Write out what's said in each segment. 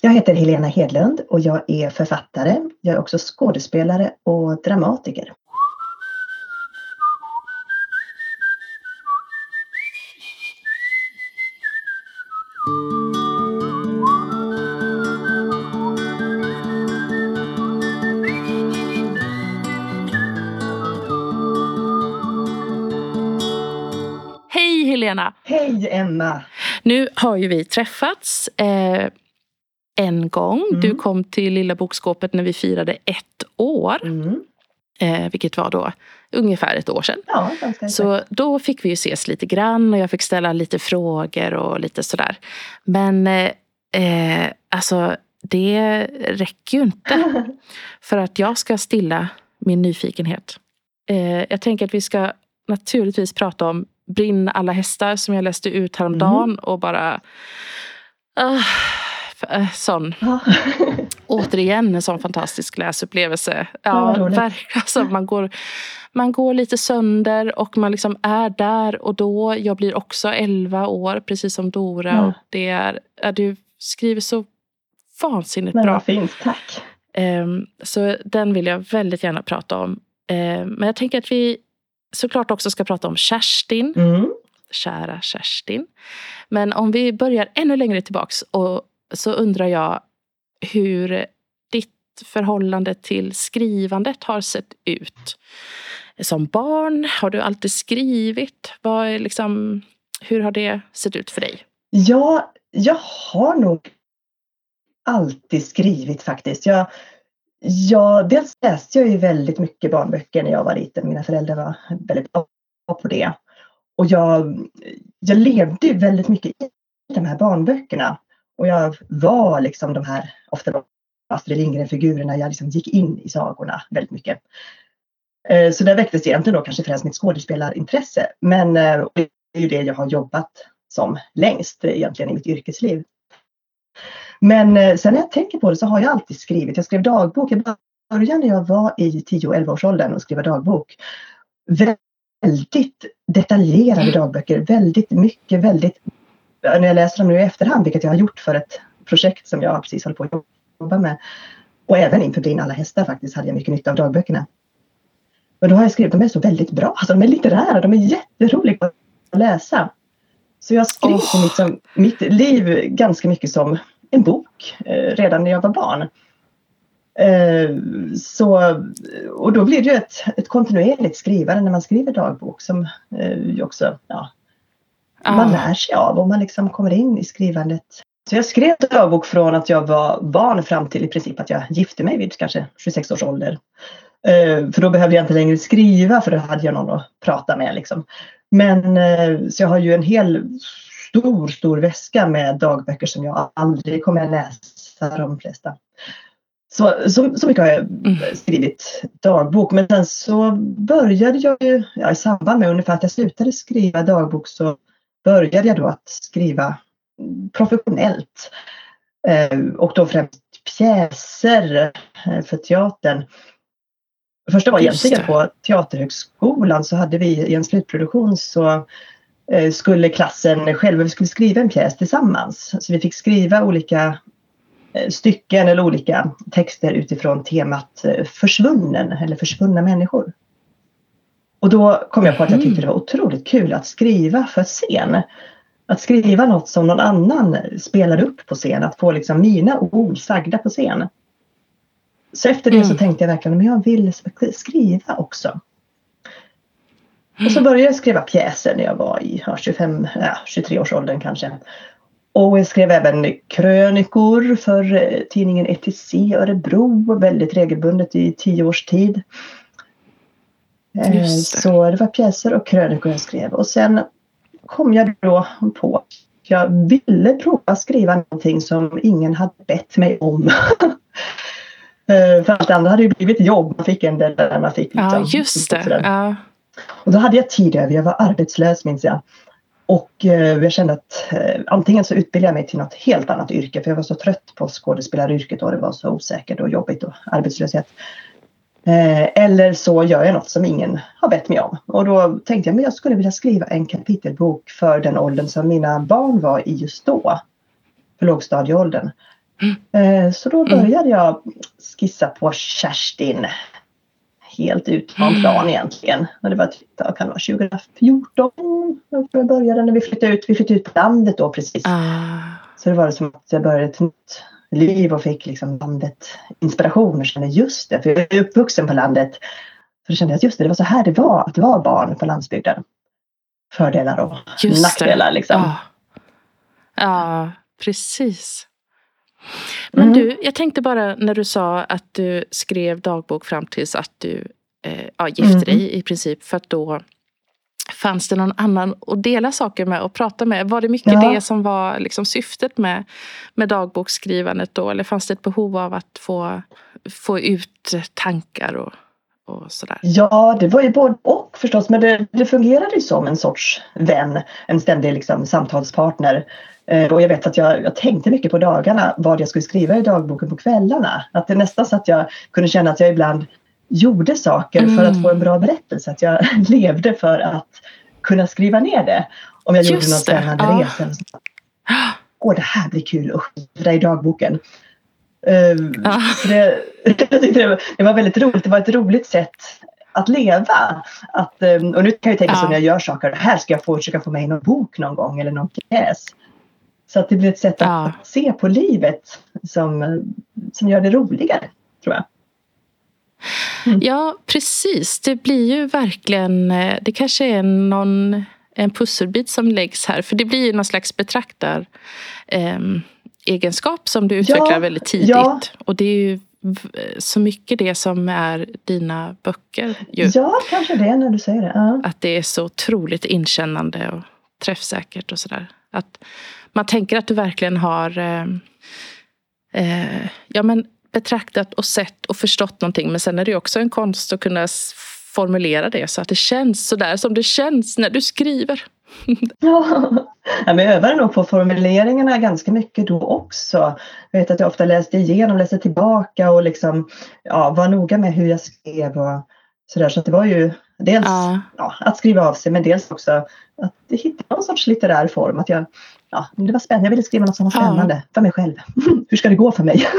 Jag heter Helena Hedlund och jag är författare. Jag är också skådespelare och dramatiker. Hej Helena! Hej Emma! Nu har ju vi träffats en gång. Du kom till Lilla bokskåpet när vi firade 1 år. Vilket var då ungefär 1 år sedan. Ja, ganska så då fick vi ju ses lite grann och jag fick ställa lite frågor och lite sådär. Men alltså det räcker ju inte för att jag ska stilla min nyfikenhet. Jag tänker att vi ska naturligtvis prata om Brinn alla hästar som jag läste ut häromdagen och bara sån återigen en sån fantastisk läsupplevelse. Ja, verkligen. Alltså, man går lite sönder och man liksom är där och då. Jag blir också 11 år precis som Dora och det är du skriver så vansinnigt bra. Fint, tack. Så den vill jag väldigt gärna prata om. Men jag tänker att vi såklart också ska prata om Kerstin. Kära Kerstin. Men om vi börjar ännu längre tillbaks så undrar jag hur ditt förhållande till skrivandet har sett ut. Som barn, har du alltid skrivit? Hur har det sett ut för dig? Ja, jag har nog alltid skrivit faktiskt. Dels läste jag ju väldigt mycket barnböcker när jag var liten. Mina föräldrar var väldigt bra på det. Och jag levde ju väldigt mycket i de här barnböckerna. Och jag var liksom de här, ofta Astrid Lindgren-figurerna. Jag liksom gick in i sagorna väldigt mycket. Så det väcktes egentligen då kanske främst mitt skådespelarintresse. Men det är ju det jag har jobbat som längst egentligen i mitt yrkesliv. Men sen när jag tänker på det så har jag alltid skrivit. Jag skrev dagbok. Jag började när jag var i 10-11-årsåldern och skrev dagbok. Väldigt detaljerade dagböcker. Väldigt mycket, när jag läser dem nu i efterhand, vilket jag har gjort för ett projekt som jag precis håller på att jobba med. Och även inför Brinn alla hästar faktiskt hade jag mycket nytta av dagböckerna. Men då har jag skrivit, de är så väldigt bra. Alltså, de är litterära, de är jätteroliga att läsa. Så jag skrev liksom mitt liv ganska mycket som en bok redan när jag var barn. Och då blir det ju ett kontinuerligt skrivande när man skriver dagbok som ju också man lär sig av och man liksom kommer in i skrivandet. Så jag skrev dagbok från att jag var barn fram till i princip att jag gifte mig vid kanske 26 års ålder. För då behövde jag inte längre skriva för då hade jag någon att prata med liksom. Men så jag har ju en hel stor väska med dagböcker som jag aldrig kommer att läsa de flesta. Så mycket har jag skrivit dagbok. Men sen så började jag ju, i samband med ungefär att jag slutade skriva dagbok så började jag då att skriva professionellt. Och då främst pjäser för teatern. Första var egentligen på Teaterhögskolan så hade vi i en slutproduktion så skulle klassen själva, vi skulle skriva en pjäs tillsammans. Så vi fick skriva olika stycken eller olika texter utifrån temat försvunnen eller försvunna människor. Och då kom jag på att jag tyckte det var otroligt kul att skriva för scen. Att skriva något som någon annan spelade upp på scen. Att få liksom mina ord sagda på scen. Så efter det så tänkte jag verkligen att jag vill skriva också. Och så började jag skriva pjäser när jag var i 23 års åldern kanske. Och jag skrev även krönikor för tidningen ETC Örebro väldigt regelbundet i 10 års tid. Så det var pjäser och krönikor jag skrev. Och sen kom jag då på att jag ville prova skriva någonting som ingen hade bett mig om. För allt andra hade ju blivit jobb. Man fick en del där man fick. Liksom, ja, just det. Ja. Och då hade jag tid över. Jag var arbetslös minns jag. Och jag kände att antingen så utbildade jag mig till något helt annat yrke. För jag var så trött på skådespelaryrket och det var så osäkert och jobbigt och arbetslöshet. Eller så gör jag något som ingen har bett mig om. Och då tänkte jag att jag skulle vilja skriva en kapitelbok för den åldern som mina barn var i just då. För lågstadieåldern. Så då började jag skissa på Kerstin. Helt utan plan egentligen. Och det var kan det vara 2014 jag började när vi flyttade ut på landet då precis. Så det var som att jag började ett nytt liv och fick liksom landet inspiration och kände just det, för jag är uppvuxen på landet. Så jag kände att just det var så här det var att vara barn på landsbygden. Fördelar och nackdelar liksom. Ja, precis. Men du, jag tänkte bara när du sa att du skrev dagbok fram tills att du gifte dig i princip, för att då fanns det någon annan att dela saker med och prata med. Var det mycket det som var liksom syftet med dagboksskrivandet då, eller fanns det ett behov av att få ut tankar och sådär? Ja, det var ju både och förstås, men det fungerade ju som en sorts vän, en ständig liksom samtalspartner. Och jag vet att jag tänkte mycket på dagarna vad jag skulle skriva i dagboken på kvällarna. Att det nästan så att jag kunde känna att jag ibland gjorde saker för att få en bra berättelse. Att jag levde för att kunna skriva ner det. Om jag gjorde någon spännande resa. Det här blir kul att skriva i dagboken. Det var väldigt roligt. Det var ett roligt sätt att leva. Och nu kan jag tänka så när jag gör saker. Här ska jag försöka få med i någon bok någon gång eller någon pjäs. Så att det blir ett sätt att se på livet som gör det roligare, tror jag. Ja, precis. Det blir ju verkligen, det kanske är en pusselbit som läggs här. För det blir ju någon slags betraktar egenskap som du utvecklar väldigt tidigt. Ja. Och det är ju så mycket det som är dina böcker. Ju. Ja, kanske det när du säger det. Ja. Att det är så otroligt inkännande och träffsäkert och sådär. Att man tänker att du verkligen har betraktat och sett och förstått någonting. Men sen är det också en konst att kunna formulera det så att det känns så där som det känns när du skriver. Men jag övade nog på formuleringarna ganska mycket då också. Jag vet att jag ofta läste tillbaka och liksom, var noga med hur jag skrev och sådär. Så att det var ju dels att skriva av sig, men dels också att hitta någon sorts litterär form. Att det var spännande. Jag ville skriva något som var spännande för mig själv. Hur ska det gå för mig?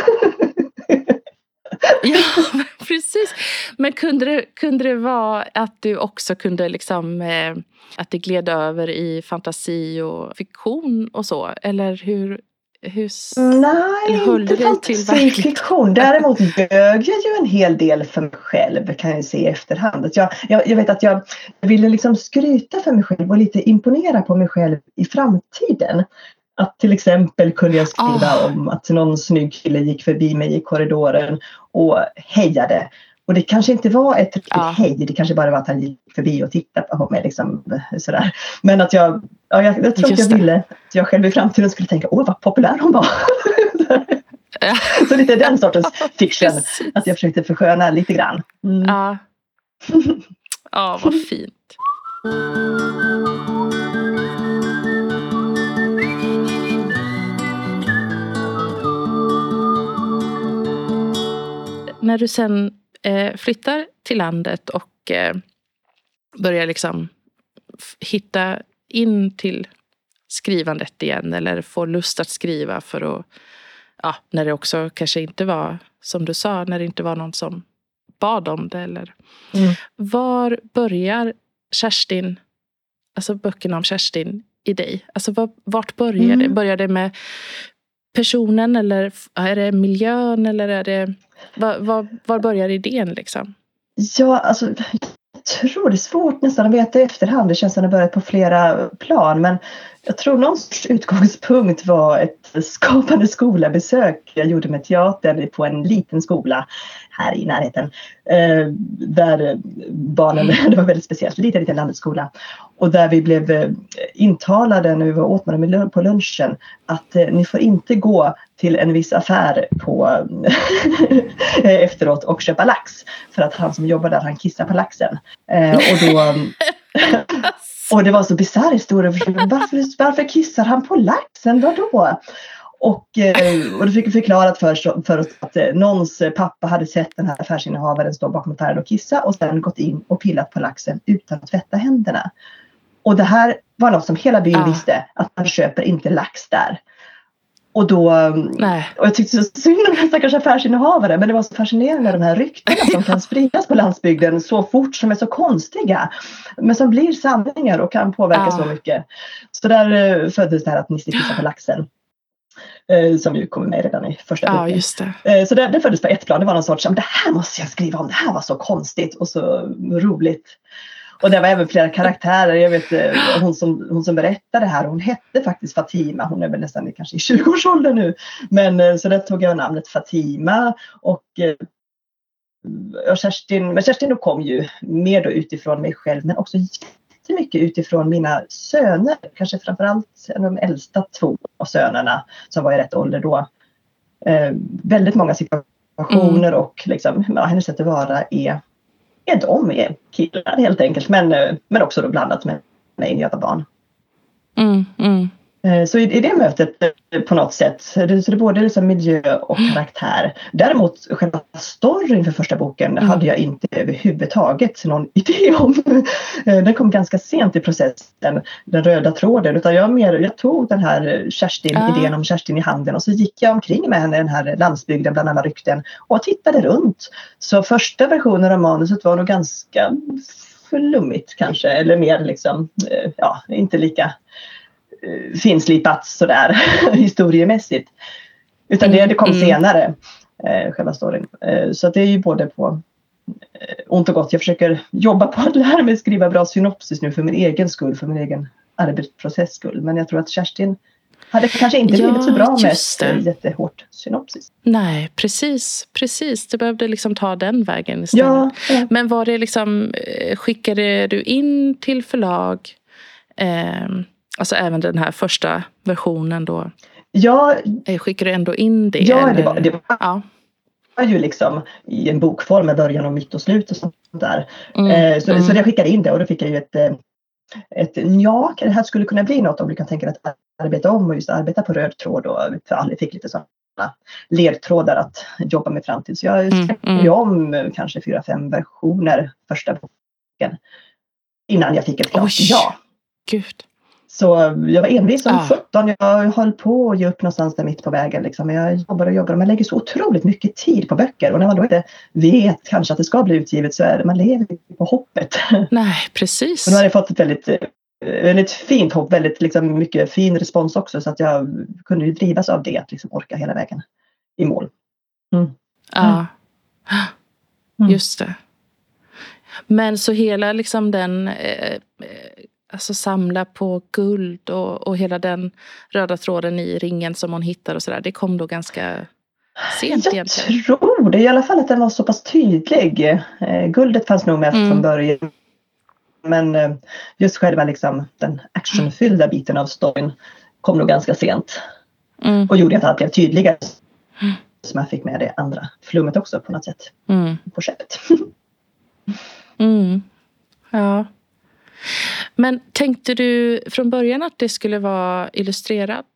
Ja, precis. Men kunde det vara att du också kunde liksom att det gled över i fantasi och fiktion och så? Eller hur nej, höll du dig till verkligt? Fiktion. Däremot ljög jag ju en hel del för mig själv, kan jag se i efterhand. Att jag vet att jag ville liksom skryta för mig själv och lite imponera på mig själv i framtiden. Att till exempel kunde jag skriva om att någon snygg kille gick förbi mig i korridoren och hejade. Och det kanske inte var ett riktigt hej, det kanske bara var att han gick förbi och tittade på mig. Liksom, sådär. Men att jag tror att jag ville att jag själv i framtiden skulle tänka, vad populär hon var. Så lite den sortens fiction, att jag försökte försköna lite grann. Vad fint. När du sen flyttar till landet och börjar liksom hitta in till skrivandet igen, eller får lust att skriva för att, när det också kanske inte var, som du sa, när det inte var någon som bad om det, eller var börjar Kerstin, alltså böckerna om Kerstin i dig? Alltså vart börjar det? Börjar det med personen, eller är det miljön, eller är det var börjar idén liksom? Ja, alltså jag tror det är svårt nästan att veta i efterhand. Det känns som att det börjat på flera plan, men jag tror någon sorts utgångspunkt var ett skapande skolabesök jag gjorde med teater på en liten skola här i närheten. Där barnen, det var väldigt speciellt, liten landetsskola. Och där vi blev intalade när vi var åt med på lunchen att ni får inte gå till en viss affär på efteråt och köpa lax. För att han som jobbar där, han kissar på laxen. Och det var så bisarr historia. Varför kissar han på laxen? Vadå? Och då fick vi förklarat för oss att någons pappa hade sett den här affärsinnehavaren stå bakom affären och kissa och sen gått in och pillat på laxen utan att tvätta händerna. Och det här var något som hela byn visste, att man köper inte lax där. Och jag tyckte så synd om den stackars affärsinnehavare, men det var så fascinerande de här ryktena som kan spridas på landsbygden så fort, som är så konstiga, men som blir sanningar och kan påverka så mycket. Så där föddes det här att Nisse kissar på laxen. Som ju kommer med redan i första boken. Just det. Så det föddes på ett plan. Det var någon sorts, det här måste jag skriva om, det här var så konstigt och så roligt. Och det var även flera karaktärer. Jag vet, hon som berättade det här, hon hette faktiskt Fatima. Hon är väl nästan kanske i 20-årsåldern nu. Men så där tog jag namnet Fatima. Och Kerstin då kom ju mer då utifrån mig själv, men också jättemycket utifrån mina söner. Kanske framförallt de äldsta 2 sönerna som var i rätt ålder då. Väldigt många situationer och liksom, hennes sätt att vara är killar helt enkelt, men också då blandat med mig när jag var barn. Så i det mötet på något sätt, så det är både liksom miljö och karaktär. Däremot själva storyn för första boken hade jag inte överhuvudtaget någon idé om. Den kom ganska sent i processen, den röda tråden. Utan jag tog den här idén om Kerstin i handen och så gick jag omkring med henne i den här landsbygden bland alla rykten och tittade runt. Så första versionen av manuset var nog ganska flummigt kanske, eller mer liksom, inte lika finslipat sådär historiemässigt, utan det kom senare, själva storyn. Så det är ju både på ont och gott. Jag försöker jobba på att lära mig skriva bra synopsis nu för min egen skull, för min egen arbetsprocess skull, men jag tror att Kerstin hade kanske inte blivit så bra med ett jättehårt synopsis. Nej, precis. Du behövde liksom ta den vägen istället. Ja. Men var det liksom, skickade du in till förlag, alltså även den här första versionen då? Ja. Skickade du ändå in det? Ja, eller? Det var ju liksom i en bokform med början och mitt och slut och sånt där. Så jag skickade in det och då fick jag ju det här skulle kunna bli något om du kan tänka dig att arbeta om och just arbeta på röd tråd, och jag fick lite sådana ledtrådar att jobba med fram till. Så jag skrev om kanske 4-5 versioner första boken innan jag fick ett klart ja. Gud. Så jag var envis som 17. Jag höll på att ge upp någonstans där mitt på vägen. Liksom. Jag jobbar och man lägger så otroligt mycket tid på böcker. Och när man då inte vet kanske att det ska bli utgivet, så är det, man lever på hoppet. Nej, precis. Och nu har jag fått ett väldigt fint hopp, väldigt liksom, mycket fin respons också. Så att jag kunde ju drivas av det, att liksom orka hela vägen i mål. Ja, just det. Men så hela liksom den... alltså samla på guld och hela den röda tråden i ringen som hon hittar och sådär. Det kom då ganska sent egentligen. Jag tror det i alla fall att den var så pass tydlig. Guldet fanns nog med från början. Men just själva liksom den actionfyllda biten av storyn kom nog ganska sent. Och gjorde att allt blev tydligare. Så man fick med det andra flummet också på något sätt. På köpet. Ja. Men tänkte du från början att det skulle vara illustrerat?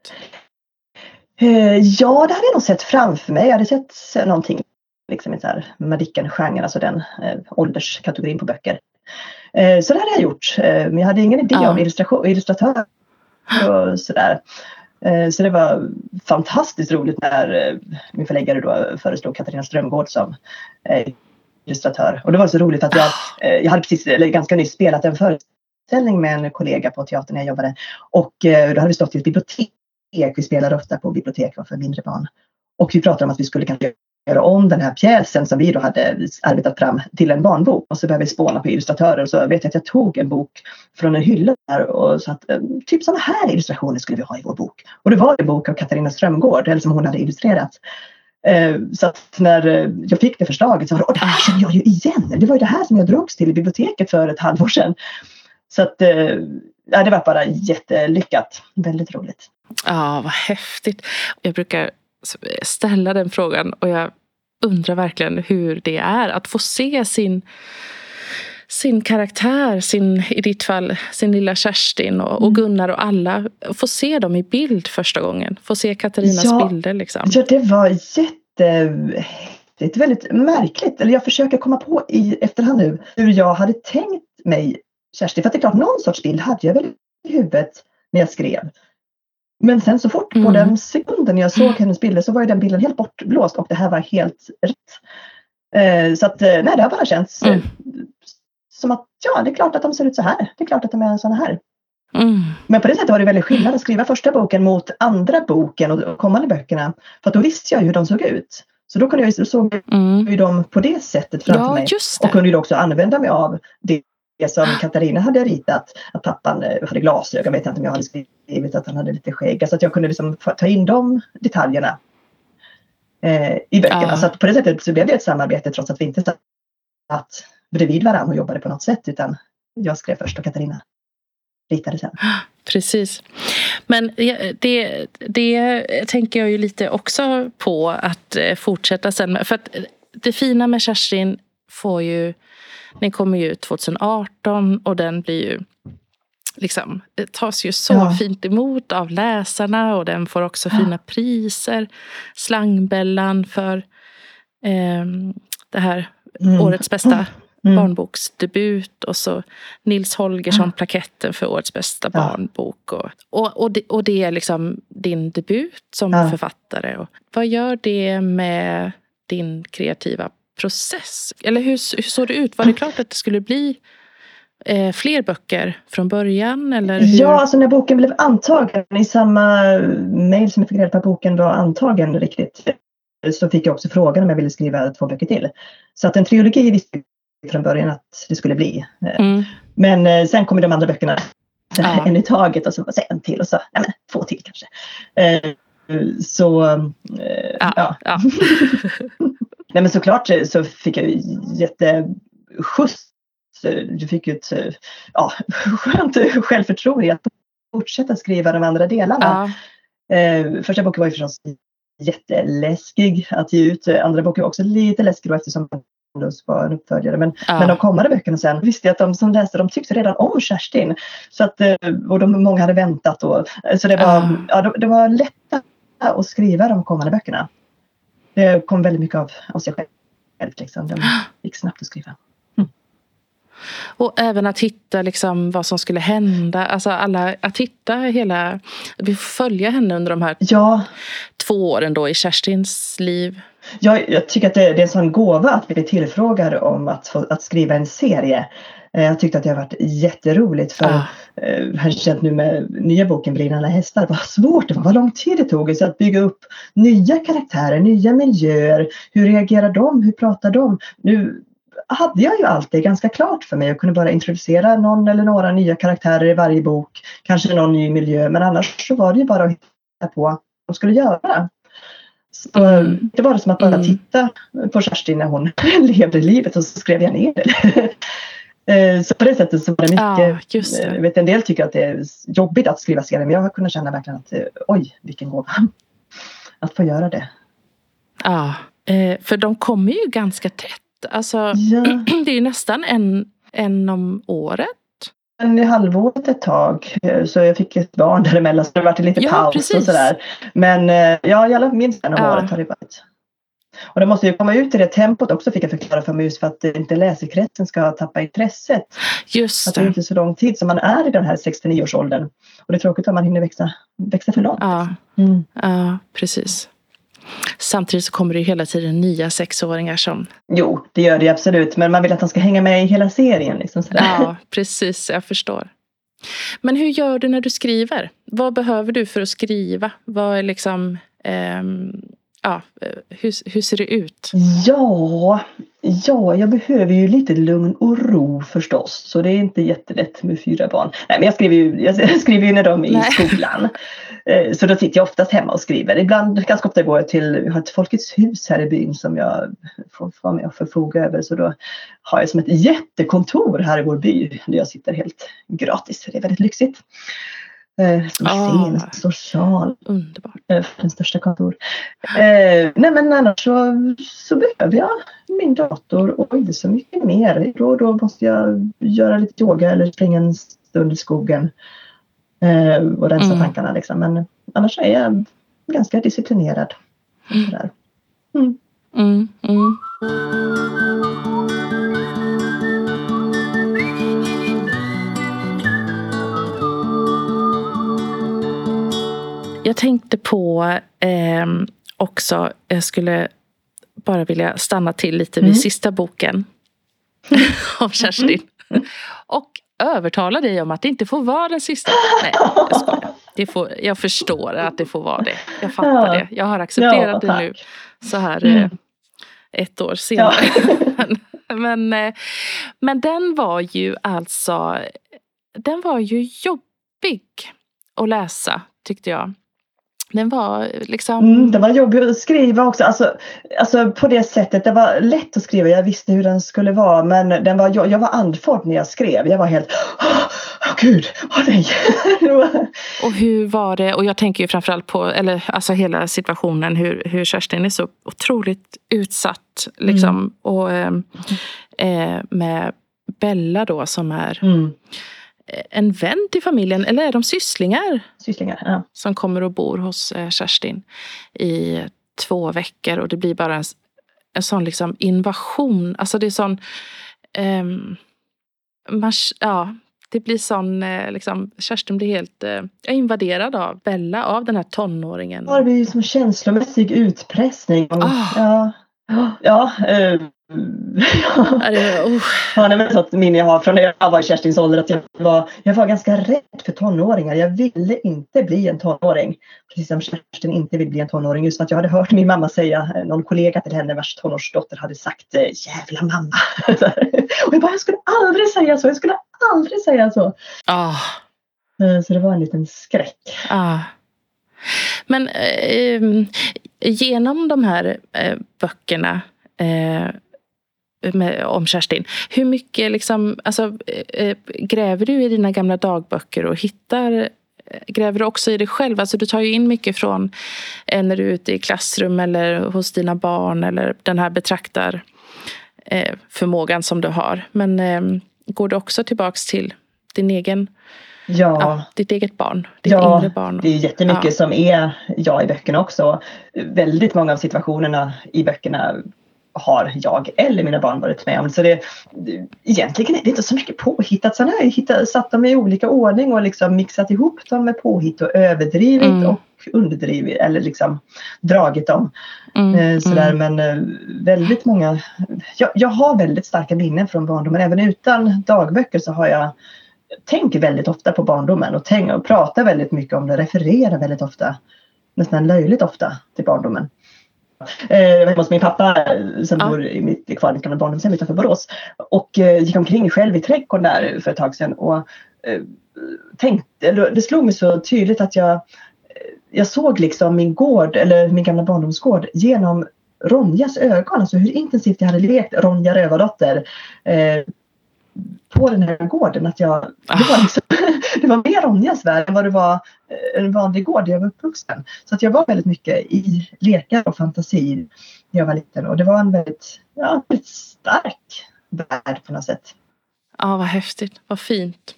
Ja, det hade jag nog sett framför mig. Jag hade sett någonting liksom i så här Madicken-genren, alltså den ålderskategorin på böcker. Så det hade jag gjort. Men jag hade ingen idé om illustratör och sådär. Så det var fantastiskt roligt när min förläggare då föreslog Katarina Strömgård som illustratör. Och det var så roligt att jag hade precis, eller ganska nyss spelat en föreställning med en kollega på teatern när jag jobbade. Och då hade vi stått i ett bibliotek. Vi spelade ofta på bibliotek för mindre barn. Och vi pratade om att vi skulle kanske göra om den här pjäsen som vi då hade arbetat fram till en barnbok. Och så började vi spåna på illustratörer. Och så vet jag att jag tog en bok från en hylla där och sa att typ sådana här illustrationer skulle vi ha i vår bok. Och det var en bok av Katarina Strömgård, eller som hon hade illustrerat. Så att när jag fick det förslaget så var det, det här känner jag ju igen. Det var ju det här som jag drogs till i biblioteket för ett halvår sedan. Så att det var bara jättelyckat. Väldigt roligt. Ja, vad häftigt. Jag brukar ställa den frågan och jag undrar verkligen hur det är att få se sin karaktär, i ditt fall sin lilla Kerstin och Gunnar och alla, få se dem i bild första gången, få se Katarinas bilder liksom. Ja, det var det är väldigt märkligt, eller jag försöker komma på i efterhand nu hur jag hade tänkt mig Kerstin, för att det är klart någon sorts bild hade jag väl i huvudet när jag skrev. Men sen så fort på den sekunden jag såg hennes bilder så var ju den bilden helt bortblåst och det här var helt rätt. Så att nej, det har bara känts som att det är klart att de ser ut så här. Det är klart att de är såna här. Men på det sättet var det väldigt skillnad att skriva första boken mot andra boken och kommande böckerna. För att då visste jag hur de såg ut. Så då kunde jag såg ju dem på det sättet framför mig. Och kunde ju också använda mig av det som Katarina hade ritat. Att pappan hade glasögon, vet jag inte om jag hade skrivit att han hade lite skägg. Så att jag kunde liksom ta in de detaljerna i böckerna. Så att på det sättet så blev det ett samarbete trots att vi inte satt bredvid varandra och jobbade på något sätt. Utan jag skrev först och Katarina ritade sen. Precis. Men det tänker jag ju lite också på att fortsätta sen. För att det fina med Kerstin den kommer ju ut 2018 och den blir ju liksom, det tas ju så fint emot av läsarna och den får också fina priser. Slangbällan för det här årets bästa barnboksdebut och så Nils Holgersson-plaketten för årets bästa barnbok och det är liksom din debut som författare. Och vad gör det med din kreativa process? Eller hur såg det ut? Var det klart att det skulle bli fler böcker från början? Eller hur? Ja, alltså när boken blev antagen i samma mejl som jag fick reda på att boken var antagen riktigt, så fick jag också frågan om jag ville skriva 2 böcker till. Så att en trilogi visste från början att det skulle bli. Men sen kommer de andra böckerna en i taget och så en till och så 2 till kanske. Nej, men såklart så fick jag jätteskjuts. Du fick ju ett skönt självförtroende att fortsätta skriva de andra delarna. Första boken var ju förstås jätteläskig att ge ut. Andra boken var också lite läskig då, eftersom det var en uppföljare. Men de kommande böckerna sen visste jag att de som läste, de tyckte redan om Kerstin. Så att, och många hade väntat då. Så det var, det var lätt att skriva de kommande böckerna. Det kom väldigt mycket av sig själv. Liksom. Det gick snabbt att skriva. Och även att hitta liksom vad som skulle hända. Alltså att hitta vi får följa henne under de här 2 åren då i Kerstins liv. Ja, jag tycker att det är en sån gåva att bli tillfrågad om att skriva en serie. Jag tyckte att det har varit jätteroligt för här känt nu med nya boken Brinnande hästar var svårt. Det var vad lång tid det tog så att bygga upp nya karaktärer, nya miljöer. Hur reagerar de? Hur pratar de? Nu hade jag ju alltid ganska klart för mig. Jag kunde bara introducera någon eller några nya karaktärer i varje bok. Kanske någon ny miljö. Men annars så var det ju bara att hitta på vad de skulle göra. Så det var som att bara titta på Kerstin när hon levde livet och så skrev jag ner det. Så på det sättet så var det mycket. Jag vet, en del tycker att det är jobbigt att skriva serier. Men jag har kunnat känna verkligen att oj, vilken gåva att få göra det. Ja, för de kommer ju ganska tätt. Alltså, det är ju nästan en om året. En i halvåret ett tag. Så jag fick ett barn däremellan. Så det var lite paus precis. Och sådär. Men minst en om året har det varit. Och det måste ju komma ut i det tempot också, fick jag förklara för mig, just för att inte läsekretsen ska tappa intresset. Just det. Att det är inte så lång tid som man är i den här 69-årsåldern. Och det är tråkigt om man hinner växa för långt. Ja, precis. Samtidigt så kommer det ju hela tiden nya 6-åringar som... Jo, det gör det absolut. Men man vill att de ska hänga med i hela serien. Liksom, sådär. Ja, precis. Jag förstår. Men hur gör du när du skriver? Vad behöver du för att skriva? Vad är liksom... hur ser det ut? Ja, jag behöver ju lite lugn och ro förstås. Så det är inte jättelätt med 4 barn. Nej, men jag skriver ju när de är i skolan. Så då sitter jag oftast hemma och skriver. Ibland, ganska ofta går jag har ett Folkets hus här i byn som jag får vara med och förfoga över. Så då har jag som ett jättekontor här i vår by där jag sitter helt gratis. Det är väldigt lyxigt. Stor scen, stor sal. Underbart. Den största kontor. Nej, men annars så behöver jag min dator och inte så mycket mer. Då måste jag göra lite yoga eller springa en stund i skogen och rensa tankarna. Liksom. Men annars är jag ganska disciplinerad. Där. Jag tänkte på också, jag skulle bara vilja stanna till lite vid sista boken om Kerstin. Och övertala dig om att det inte får vara den sista. Nej, jag skojar. Jag förstår att det får vara det. Jag fattar det. Jag har accepterat det nu så här 1 år senare. Men den var ju jobbig att läsa, tyckte jag. Den var liksom... den var jobbig att skriva också. Alltså på det sättet, det var lätt att skriva. Jag visste hur den skulle vara. Men jag var andfådd när jag skrev. Jag var helt, gud, nej. Och hur var det? Och jag tänker ju framförallt på, alltså hela situationen, hur Kerstin är så otroligt utsatt. Liksom. Och med Bella då, som är... en vän till familjen, eller är de sysslingar? Sysslingar, ja. Som kommer och bor hos Kerstin i 2 veckor. Och det blir bara en sån liksom invasion. Alltså det är sån... det blir sån... liksom, Kerstin blir helt invaderad av Bella, av den här tonåringen. Det blir ju som känslomässig utpressning. Så minne jag har från när jag var i Kerstins ålder, att jag var ganska rädd för tonåringar. Jag ville inte bli en tonåring, precis som Kerstin inte vill bli en tonåring. Just att jag hade hört min mamma säga, någon kollega till henne vars tonårsdotter hade sagt, jävla mamma. Och jag skulle aldrig säga så. Så det var en liten skräck. Men genom de här böckerna om Kerstin, hur mycket liksom, alltså, gräver du i dina gamla dagböcker och gräver du också i dig själv? Alltså du tar ju in mycket från när du är ute i klassrum eller hos dina barn, eller den här förmågan som du har. Men går du också tillbaks till din egen... ditt eget barn, ditt inre barn. Det är jättemycket som är jag i böckerna också. Väldigt många av situationerna i böckerna har jag eller mina barn varit med om. Så egentligen är det inte så mycket påhittat. Sen har jag satt dem i olika ordning och liksom mixat ihop dem med påhitt och överdrivit och underdrivit, eller liksom dragit dem. Men väldigt många... Jag har väldigt starka minnen från barndomen. Även utan dagböcker så har jag tänker väldigt ofta på barndomen och pratar väldigt mycket om det, refererar väldigt ofta, nästan löjligt ofta, till barndomen. Jag var hos min pappa som bor i mitt kvarliggande barndomshem utanför Borås, och gick omkring själv i trädgården där för ett tag sedan och det slog mig så tydligt att jag såg liksom min gård, eller min gamla barndomsgård, genom Ronjas ögon, alltså hur intensivt jag hade lekt Ronja Rövardotter på den här gården, att det var mer Ronjas värld än vad det var en vanlig gård där jag var uppvuxen. Så att jag var väldigt mycket i lekar och fantasi när jag var liten, och det var en väldigt stark värld på något sätt. Ja, vad häftigt, vad fint.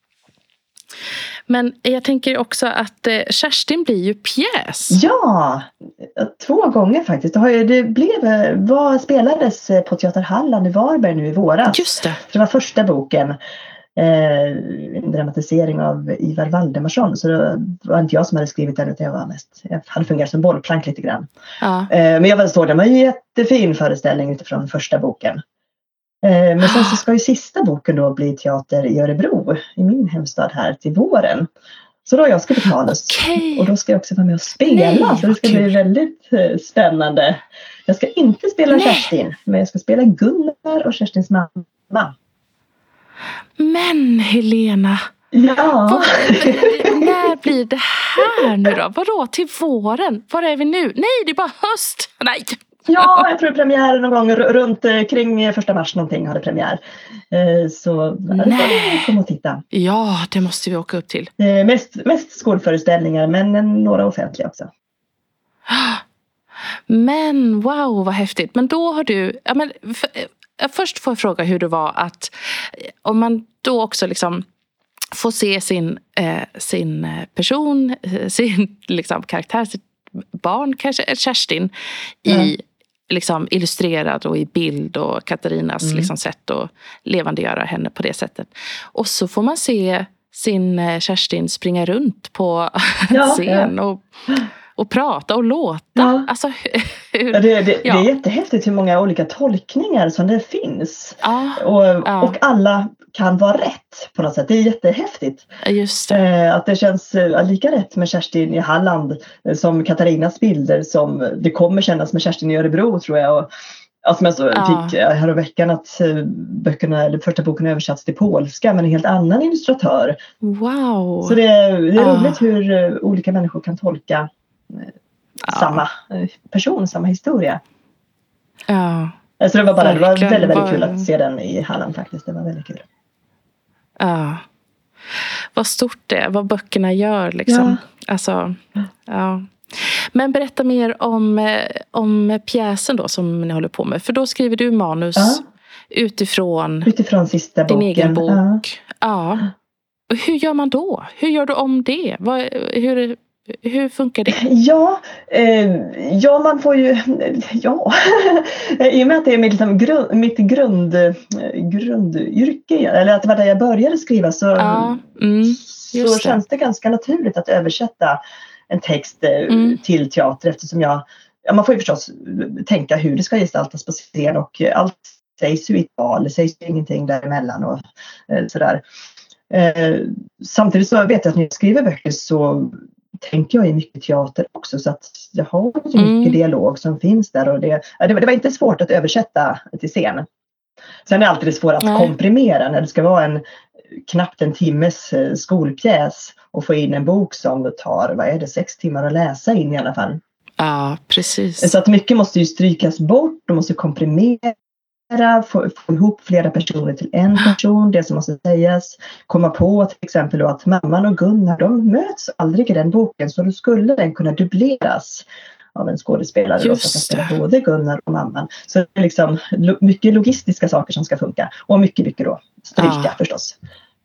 Men jag tänker också att Kerstin blir ju pjäs. Ja, 2 gånger faktiskt. Det spelades på Teater Halland i Varberg nu i våras. Just det. Det var första boken. En dramatisering av Ivar Valdemarsson. Så det var inte jag som hade skrivit den, utan jag hade fungerat som bollplank lite grann. Ja. Men jag såg det var en jättefin föreställning utifrån första boken. Men sen så ska ju sista boken då bli teater i Örebro, i min hemstad här, till våren. Så då har jag skrivit manus. Okay. Och då ska jag också vara med och spela. Nej, så det ska bli väldigt spännande. Jag ska inte spela Kerstin, men jag ska spela Gunnar och Kerstins mamma. Men Helena, när blir det här nu då? Vadå, till våren? Var är vi nu? Nej, det är bara höst. Nej. Ja, jag tror premiär någon gång runt kring 1 mars någonting hade premiär. Så kom och titta. Ja, det måste vi åka upp till. Mest skolföreställningar, men några offentliga också. Men wow, vad häftigt. Men då har du... först får jag fråga hur det var att... Om man då också liksom får se sin person, sin liksom karaktär, sitt barn, kanske Kerstin, i liksom illustrerad och i bild, och Katarinas liksom sätt att levandegöra henne på det sättet. Och så får man se sin Kerstin springa runt på scen och prata och låta. Ja. Alltså, det är jättehäftigt hur många olika tolkningar som det finns. Och alla kan vara rätt på något sätt. Det är jättehäftigt. Just det. Att det känns lika rätt med Kerstin i Halland som Katarinas bilder som det kommer kännas med Kerstin i Örebro, tror jag. Och som jag fick här och veckan att första boken översatts till polska med en helt annan illustratör. Wow! Så det är roligt hur olika människor kan tolka samma person, samma historia. Ja. Så det var väldigt, väldigt kul att se den i Halland faktiskt. Det var väldigt kul. Ja. Vad stort det är, vad böckerna gör liksom. Ja. Alltså, ja. Men berätta mer om pjäsen då som ni håller på med. För då skriver du manus utifrån sista din boken. Egen bok. Ja. Och hur gör man då? Hur gör du om det? Hur funkar det? Man får ju... I och med att det är mitt grundyrke, eller att det var där jag började skriva, så känns det ganska naturligt att översätta en text till teater, eftersom man får ju förstås tänka hur det ska gestaltas på scen, och allt sägs ju i tal, det sägs ju ingenting däremellan och sådär. Samtidigt så vet jag att när jag skriver böcker så tänker jag i mycket teater också, så att jag har ju mycket dialog som finns där, och det var inte svårt att översätta till scen. Sen är det alltid svårt att komprimera när det ska vara knappt en timmes skolpjäs och få in en bok som tar 6 timmar att läsa in i alla fall. Ja, precis. Så att mycket måste ju strykas bort, de måste komprimera, få ihop flera personer till en person, det som måste sägas, komma på till exempel då att mamman och Gunnar, de möts aldrig i den boken, så då skulle den kunna dubbleras av en skådespelare då, som kan spela både Gunnar och mamman. Så det är liksom mycket logistiska saker som ska funka, och mycket då stryka förstås.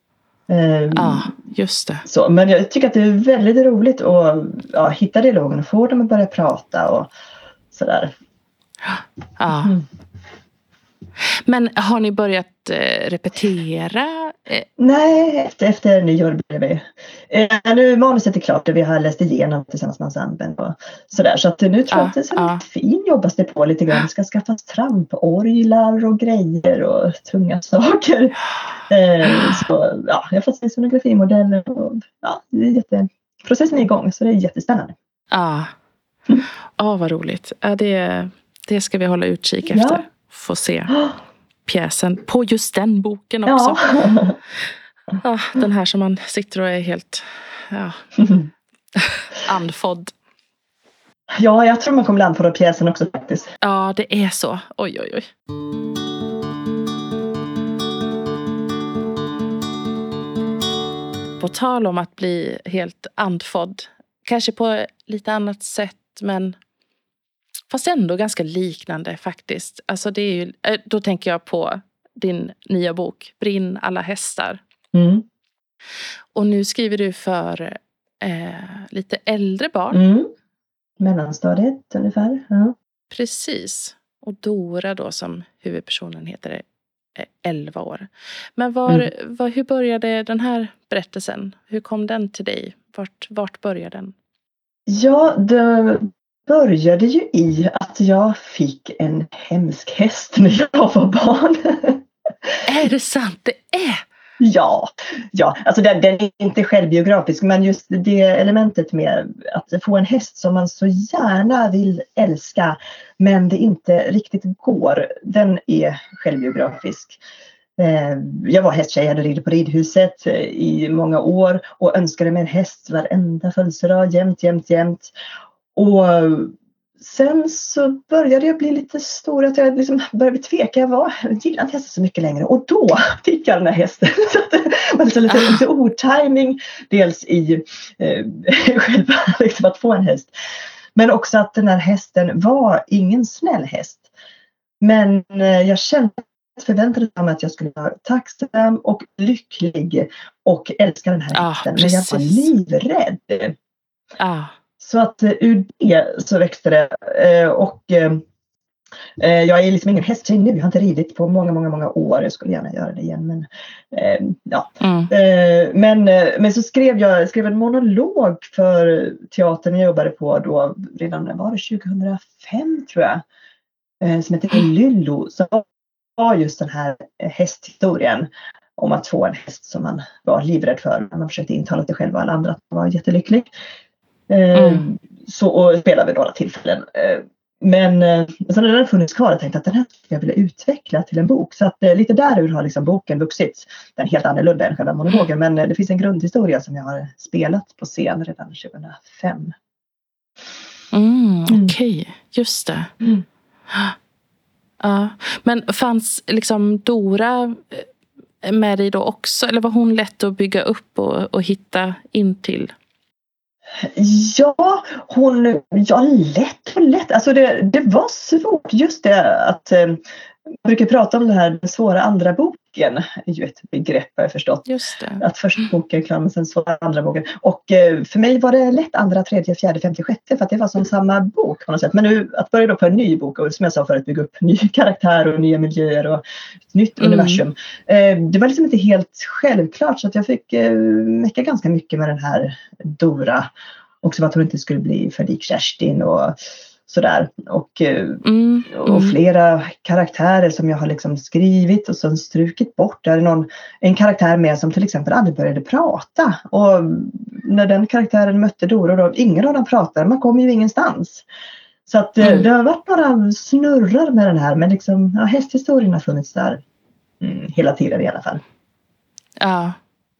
Just det. Så, men jag tycker att det är väldigt roligt att hitta dialogen och få dem att börja prata och sådär. Ja. Men har ni börjat repetera? Nej, efter nyår blev vi. Nu manuset är klart och vi har läst igenom tillsammans med ensemblen och sådär. Så att nu tror jag att det är lite fin jobbas det på lite grann. Det ska skaffas tramporglar och grejer och tunga saker. Så jag har fått se scenografimodeller och processen är igång, så det är jättespännande. Vad roligt. Det ska vi hålla utkik efter. Få se pjäsen på just den boken också. Den här som man sitter och är helt andfådd. Ja, jag tror man kommer andfådd pjäsen också faktiskt. Ja, det är så. Oj. På tal om att bli helt andfådd. Kanske på lite annat sätt, men fast ändå ganska liknande faktiskt. Alltså det är ju, då tänker jag på din nya bok, Brinn alla hästar. Och nu skriver du för lite äldre barn. Mellanstadiet ungefär. Ja. Precis. Och Dora då, som huvudpersonen heter, är 11 år. Men hur började den här berättelsen? Hur kom den till dig? Vart började den? Ja, det började ju i att jag fick en hemsk häst när jag var barn. Är det sant? Det är? Ja, alltså den är inte självbiografisk, men just det elementet med att få en häst som man så gärna vill älska men det inte riktigt går, den är självbiografisk. Jag var hästtjej, jag hade ridit på ridhuset i många år och önskade mig en häst varenda födelsedag, jämt. Och sen så började jag bli lite stor, att jag liksom började tveka. Jag gillade inte hästar så mycket längre. Och då fick jag den här hästen. Så det var lite otiming. Dels i själva liksom, att få en häst. Men också att den här hästen var ingen snäll häst. Men jag kände förväntade mig att jag skulle vara tacksam och lycklig och älska den här hästen. Men jag var livrädd. Så att ur det så växte det och Jag är liksom ingen hästtjej nu. Jag har inte ridit på många år. Jag skulle gärna göra det igen. Men, ja. Men så skrev jag en monolog för teatern jag jobbade på då. Redan var det 2005 tror jag. Som heter Lyllo. Som var just den här hästhistorien. Om att få en häst som man var livrädd för. Man försökte intala sig själv och alla andra att man var jättelycklig. Så och spelade vid några tillfällen. Men så när den funnits kvar, jag tänkte att den här skulle jag vilja utveckla till en bok. Så att lite därur har liksom boken vuxit. Den är helt annorlunda än själva monologen. Men det finns en grundhistoria som jag har spelat på scen redan 2005. Okej, just det. Ja. Men fanns liksom Dora med dig då också? Eller var hon lätt att bygga upp och hitta in till? Ja, lätt. Alltså det var svårt just det att man brukar prata om det här, den svåra andra boken är ju ett begrepp har jag förstått. Just det. Att första boken är klar men sen svåra andra boken. Och för mig var det lätt andra, tredje, fjärde, femte, sjätte för att det var som samma bok på något sätt. Men nu att börja då på en ny bok och som jag sa förut bygga upp ny karaktär och nya miljöer och ett nytt universum. Det var liksom inte helt självklart så att jag fick mecka ganska mycket med den här Dora. Också att hon inte skulle bli för lik Kerstin och sådär. Och flera karaktärer som jag har liksom skrivit och sen strukit bort. Där är en karaktär med som till exempel aldrig började prata. Och när den karaktären mötte Dora då, ingen av dem pratade. Man kom ju ingenstans. Så att det har varit några snurrar med den här. Men liksom, ja, hästhistorien har funnits där hela tiden i alla fall. Ja.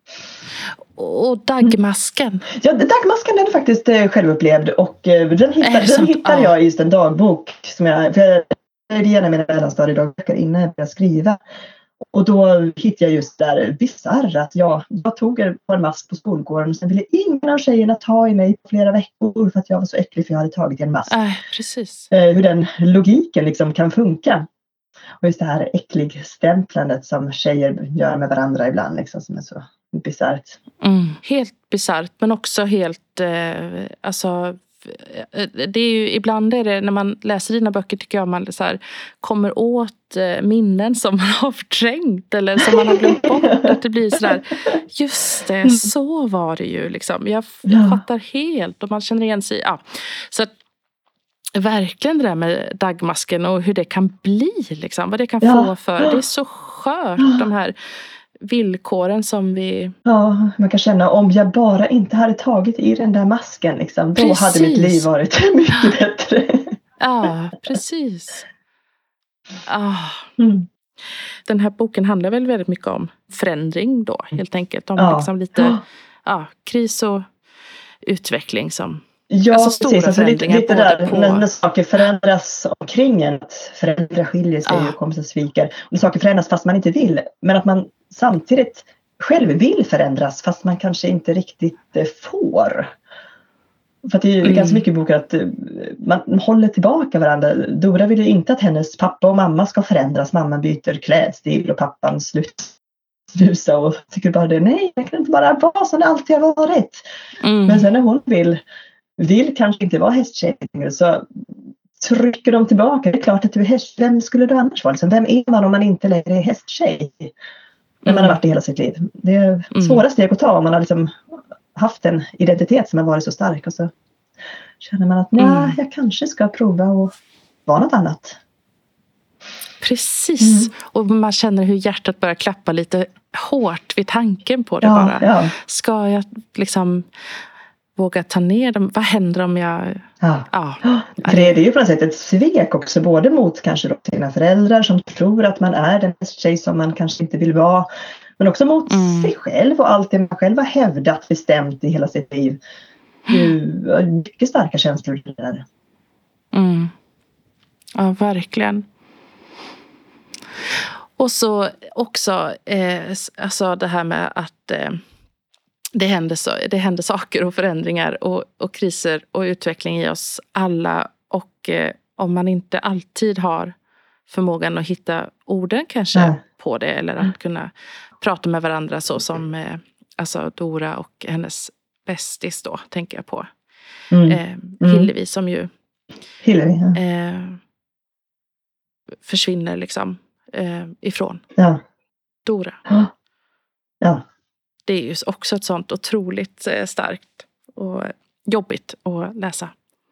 Och Dagmasken. Ja, Dagmasken är faktiskt självupplevd och den hittade jag i just en dagbok som jag gärna mina mellanstadiedagar innan jag började skriva. Och då hittade jag just där bisarr att jag tog på en mask på skolgården och sen ville ingen av tjejerna ta i mig på flera veckor för att jag var så äcklig för jag hade tagit en mask. Precis. Hur den logiken liksom kan funka. Och just det här äcklig-stämplandet som tjejer gör med varandra ibland liksom, som är så bisarrt. Helt bisarrt men också helt alltså det är ju ibland är det när man läser dina böcker tycker jag man så här, kommer åt minnen som man har förträngt eller som man har glömt bort att det blir så där just det, så var det ju liksom. Jag fattar helt och man känner igen sig så att verkligen det där med Dagmasken och hur det kan bli liksom, vad det kan få för det är så skört de här villkoren som vi... Ja, man kan känna om jag bara inte hade tagit i den där masken liksom, då hade mitt liv varit mycket bättre. Ja, precis. Den här boken handlar väl väldigt mycket om förändring då, helt enkelt. Om liksom lite kris och utveckling som... Ja, alltså stora precis. Alltså förändringar lite där, när saker förändras omkring en. Att föräldrar skiljer sig och kompisar sviker. Och saker förändras fast man inte vill. Men att man samtidigt själv vill förändras fast man kanske inte riktigt får. För att det är ganska mycket i boken att man håller tillbaka varandra. Dora vill ju inte att hennes pappa och mamma ska förändras. Mamman byter klädstil och pappan slutar och tycker bara det. Nej, det kan inte bara vara som det alltid har varit. Men sen när hon vill kanske inte vara hästtjej så trycker de tillbaka. Det är klart att du är häst. Vem skulle du annars vara? Liksom, vem är man om man inte längre är hästtjej? När man har varit i hela sitt liv. Det är svåra steg att ta om man har liksom haft en identitet som har varit så stark. Och så känner man att jag kanske ska prova och vara något annat. Precis. Och man känner hur hjärtat börjar klappa lite hårt vid tanken på det bara. Ja. Ska jag liksom... våga ta ner dem. Vad händer om jag... Det är ju på något sätt ett svek också. Både mot kanske då sina föräldrar som tror att man är den tjej som man kanske inte vill vara. Men också mot sig själv och allt det man själv har hävdat bestämt i hela sitt liv. Mycket starka känslor där. Ja, verkligen. Och så också alltså det här med att det händer saker och förändringar och kriser och utveckling i oss alla. Och om man inte alltid har förmågan att hitta orden kanske på det. Eller att kunna prata med varandra så som alltså Dora och hennes bästis då, tänker jag på. Hillevi som ju... Hillevi, försvinner liksom ifrån. Ja. Dora. Ja. Det är ju också ett sånt otroligt starkt och jobbigt att läsa.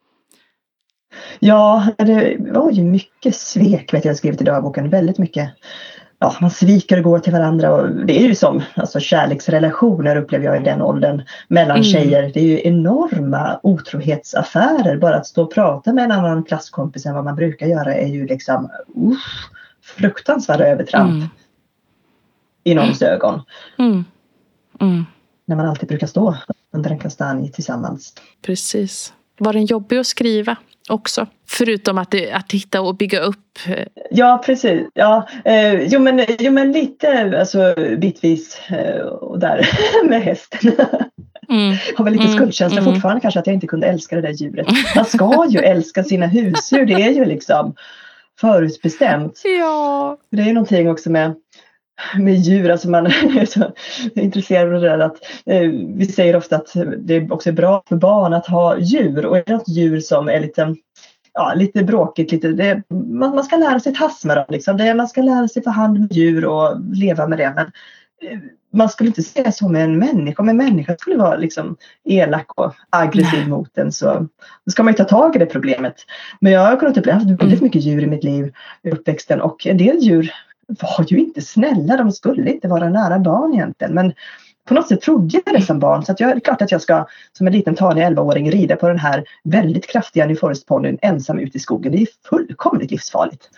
Ja, det var ju mycket svek vet jag skrivit i dagboken. Väldigt mycket. Ja, man sviker och går till varandra. Och det är ju som kärleksrelationer upplever jag i den åldern mellan tjejer. Det är ju enorma otrohetsaffärer. Bara att stå och prata med en annan klasskompis än vad man brukar göra är ju liksom fruktansvärda övertramp i någons ögon. När man alltid brukar stå under en kastanj tillsammans. Precis. Var den jobbig att skriva också? Förutom att hitta och bygga upp. Ja, precis. Ja, jo, men lite alltså, bitvis och där med hästen. Har väl lite skuldkänsla fortfarande kanske att jag inte kunde älska det där djuret. Man ska ju älska sina husdjur. Det är ju liksom förutbestämt. Ja. Det är ju någonting också med djur, alltså man är så intresserad av det där att vi säger ofta att det också är bra för barn att ha djur, och är det något djur som är lite bråkigt, man ska lära sig tass med dem liksom. Man ska lära sig få hand med djur och leva med det, men man skulle inte säga så med en människa. Om en människa skulle vara liksom elak och aggressiv mot den, så då ska man ju ta tag i det problemet. Men jag har kunnat uppleva väldigt mycket djur i mitt liv i uppväxten, och en del djur var ju inte snälla, de skulle inte vara nära barn egentligen, men på något sätt trodde jag det som barn, så att det är klart att jag ska som en liten tanig 11-åring rida på den här väldigt kraftiga New Forest-ponnyn ensam ut i skogen. Det är fullkomligt livsfarligt.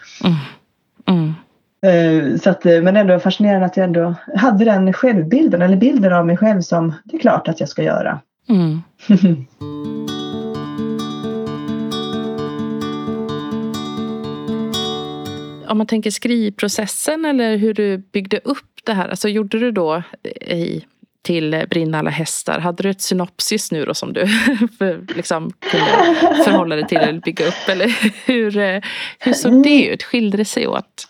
Så att, men ändå fascinerande att jag ändå hade den självbilden, eller bilden av mig själv som det är klart att jag ska göra. Om man tänker skrivprocessen eller hur du byggde upp det här. Alltså gjorde du då till Brinna alla hästar. Hade du ett synopsis nu då som du liksom kunde förhålla dig till eller bygga upp? Eller hur såg det ut? Skilde det sig åt?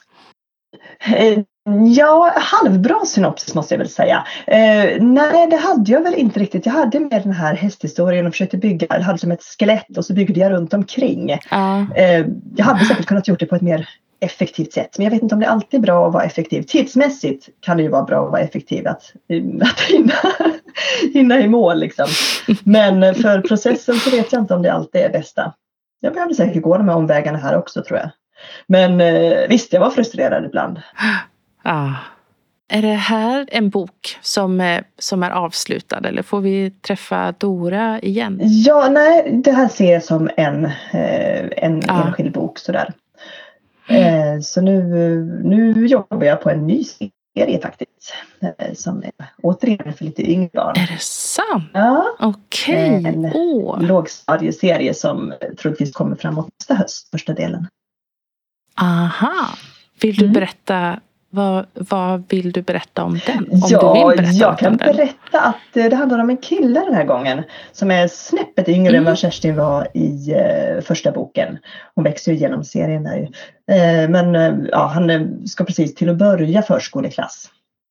Ja, halvbra synopsis måste jag väl säga. Nej, det hade jag väl inte riktigt. Jag hade med den här hästhistorien och försökte bygga, jag hade som ett skelett och så byggde jag runt omkring. Jag hade säkert kunnat gjort det på ett mer effektivt sätt, men jag vet inte om det alltid är bra att vara effektiv. Tidsmässigt kan det ju vara bra att vara effektiv, att hinna i mål liksom. Men för processen så vet jag inte om det alltid är bästa. Jag behövde säkert gå de här omvägarna här också, tror jag. Men visst, jag var frustrerad ibland. Är det här en bok som är avslutad, eller får vi träffa Dora igen? Ja, nej, det här ser jag som en enskild bok sådär. Så nu jobbar jag på en ny serie faktiskt. Som är återigen för lite yngre barn. Är det sant? Ja. Okej. En lågstadieserie som troligtvis kommer framåt nästa höst, första delen. Aha. Vill du berätta, vad vill du berätta om den? Jag kan berätta att det handlar om en kille den här gången som är snäppet yngre än vad Kerstin var i första boken. Hon växer ju genom serien där ju. Men han ska precis till att börja förskoleklass.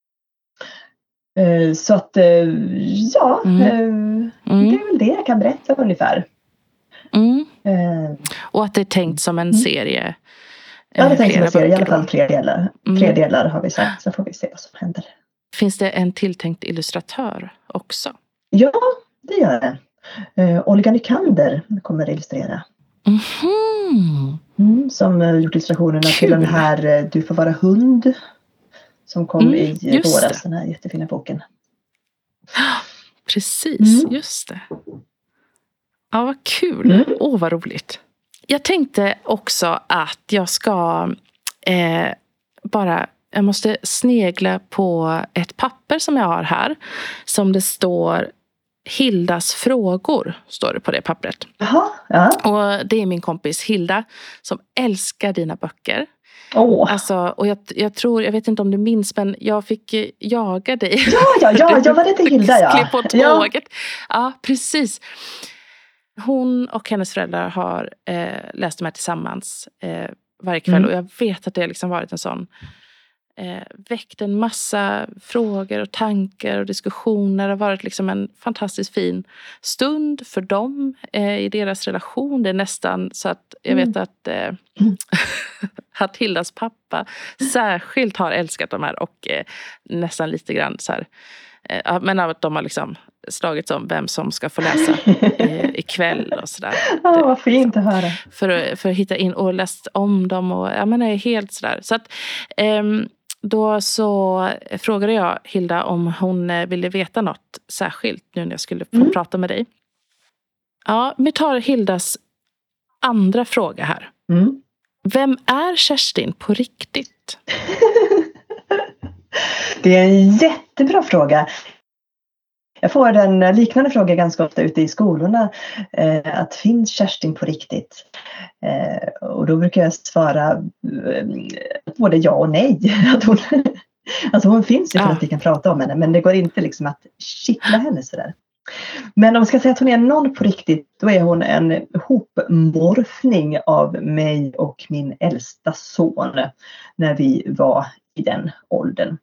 Så att det är väl det jag kan berätta ungefär. Och att det är tänkt som en serie. Ja, det är tänkt som en serie, i alla fall 3 delar. 3 delar har vi sagt, så får vi se vad som händer. Finns det en tilltänkt illustratör också? Ja, det gör det. Olga Nykander kommer att illustrera. Som gjort illustrationerna till den här Du får vara hund. Som kom i våras, den här jättefina boken. Precis, just det. Ja, vad kul. Vad roligt. Jag tänkte också att jag ska jag måste snegla på ett papper som jag har här. Som det står Hildas frågor, står det på det pappret. Jaha, ja. Och det är min kompis Hilda som älskar dina böcker. Alltså, och jag vet inte om du minns, men jag fick jaga dig. Jag var det till Hilda, på tåget. Ja, precis. Hon och hennes föräldrar har läst de här tillsammans varje kväll. Och jag vet att det har liksom varit en sån väckt en massa frågor och tankar och diskussioner. Det har varit liksom en fantastiskt fin stund för dem i deras relation. Det är nästan så att jag vet att Hildas pappa särskilt har älskat de här och nästan lite grann så här. Men att de har liksom slagits om vem som ska få läsa ikväll och sådär. Ja, vad fint att höra. För att hitta in och läst om dem och jag menar helt sådär. Så att då så frågade jag Hilda om hon ville veta något särskilt nu när jag skulle få prata med dig. Ja, vi tar Hildas andra fråga här. Vem är Kerstin på riktigt? Det är en jättebra fråga. Jag får en liknande fråga ganska ofta ute i skolorna. Att finns Kerstin på riktigt? Och då brukar jag svara både ja och nej. Att hon finns ju för att vi kan prata om henne. Men det går inte liksom att kittla henne sådär. Men om man ska säga att hon är någon på riktigt, då är hon en hopmorfning av mig och min äldsta son när vi var i den åldern.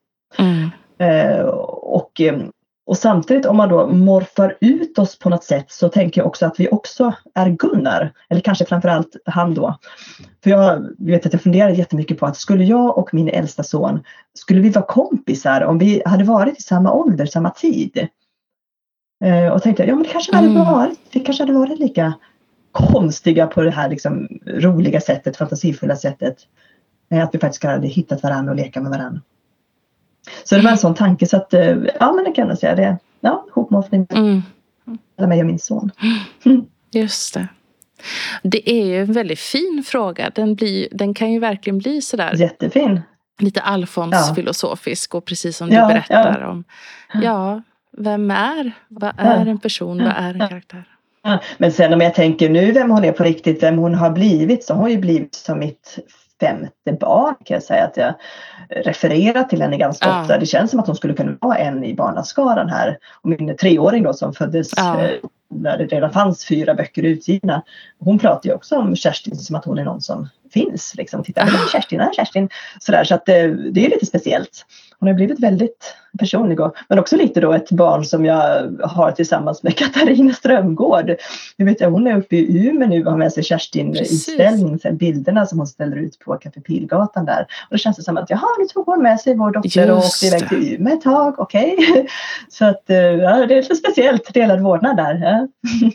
Och samtidigt om man då morfar ut oss på något sätt så tänker jag också att vi också är Gunnar. Eller kanske framförallt han då. För jag vet att jag funderade jättemycket på att skulle jag och min äldsta son, skulle vi vara kompisar om vi hade varit i samma ålder, samma tid? Och tänkte jag, ja men det kanske hade varit. Vi kanske hade varit lika konstiga på det här liksom roliga sättet, fantasifulla sättet. Att vi faktiskt hade hittat varandra och leka med varandra. Så det var en sån tanke så att, ja men det kan jag säga det. Ja, hopmorfning med mig och min son. Just det. Det är ju en väldigt fin fråga. Den kan ju verkligen bli sådär. Jättefin. Lite Alfons-filosofisk och precis som du berättar om. Ja, vem är? Vad är en person? Vad är en karaktär? Ja. Men sen om jag tänker nu vem hon är på riktigt, vem hon har blivit, så har hon ju blivit som mitt 5:e barn kan jag säga att jag refererar till henne ganska ofta. Det känns som att hon skulle kunna vara en i barnaskaran här. Och min 3-åring då som föddes när det redan fanns 4 böcker utgivna. Hon pratar ju också om Kerstin som att hon är någon som finns. Liksom. Titta, Kerstin. Sådär, så att det är lite speciellt. Hon har blivit väldigt personlig. Men också lite då ett barn som jag har tillsammans med Katarina Strömgård. Jag vet att hon är uppe i Umeå nu och har med sig Kerstin i ställning. Bilderna som hon ställer ut på Café Pilgatan där. Och det känns det som att nu tog hon med sig vår dotter och åkte iväg till Umeå ett tag. Okej. Så att det är lite speciellt delad vårdnad där.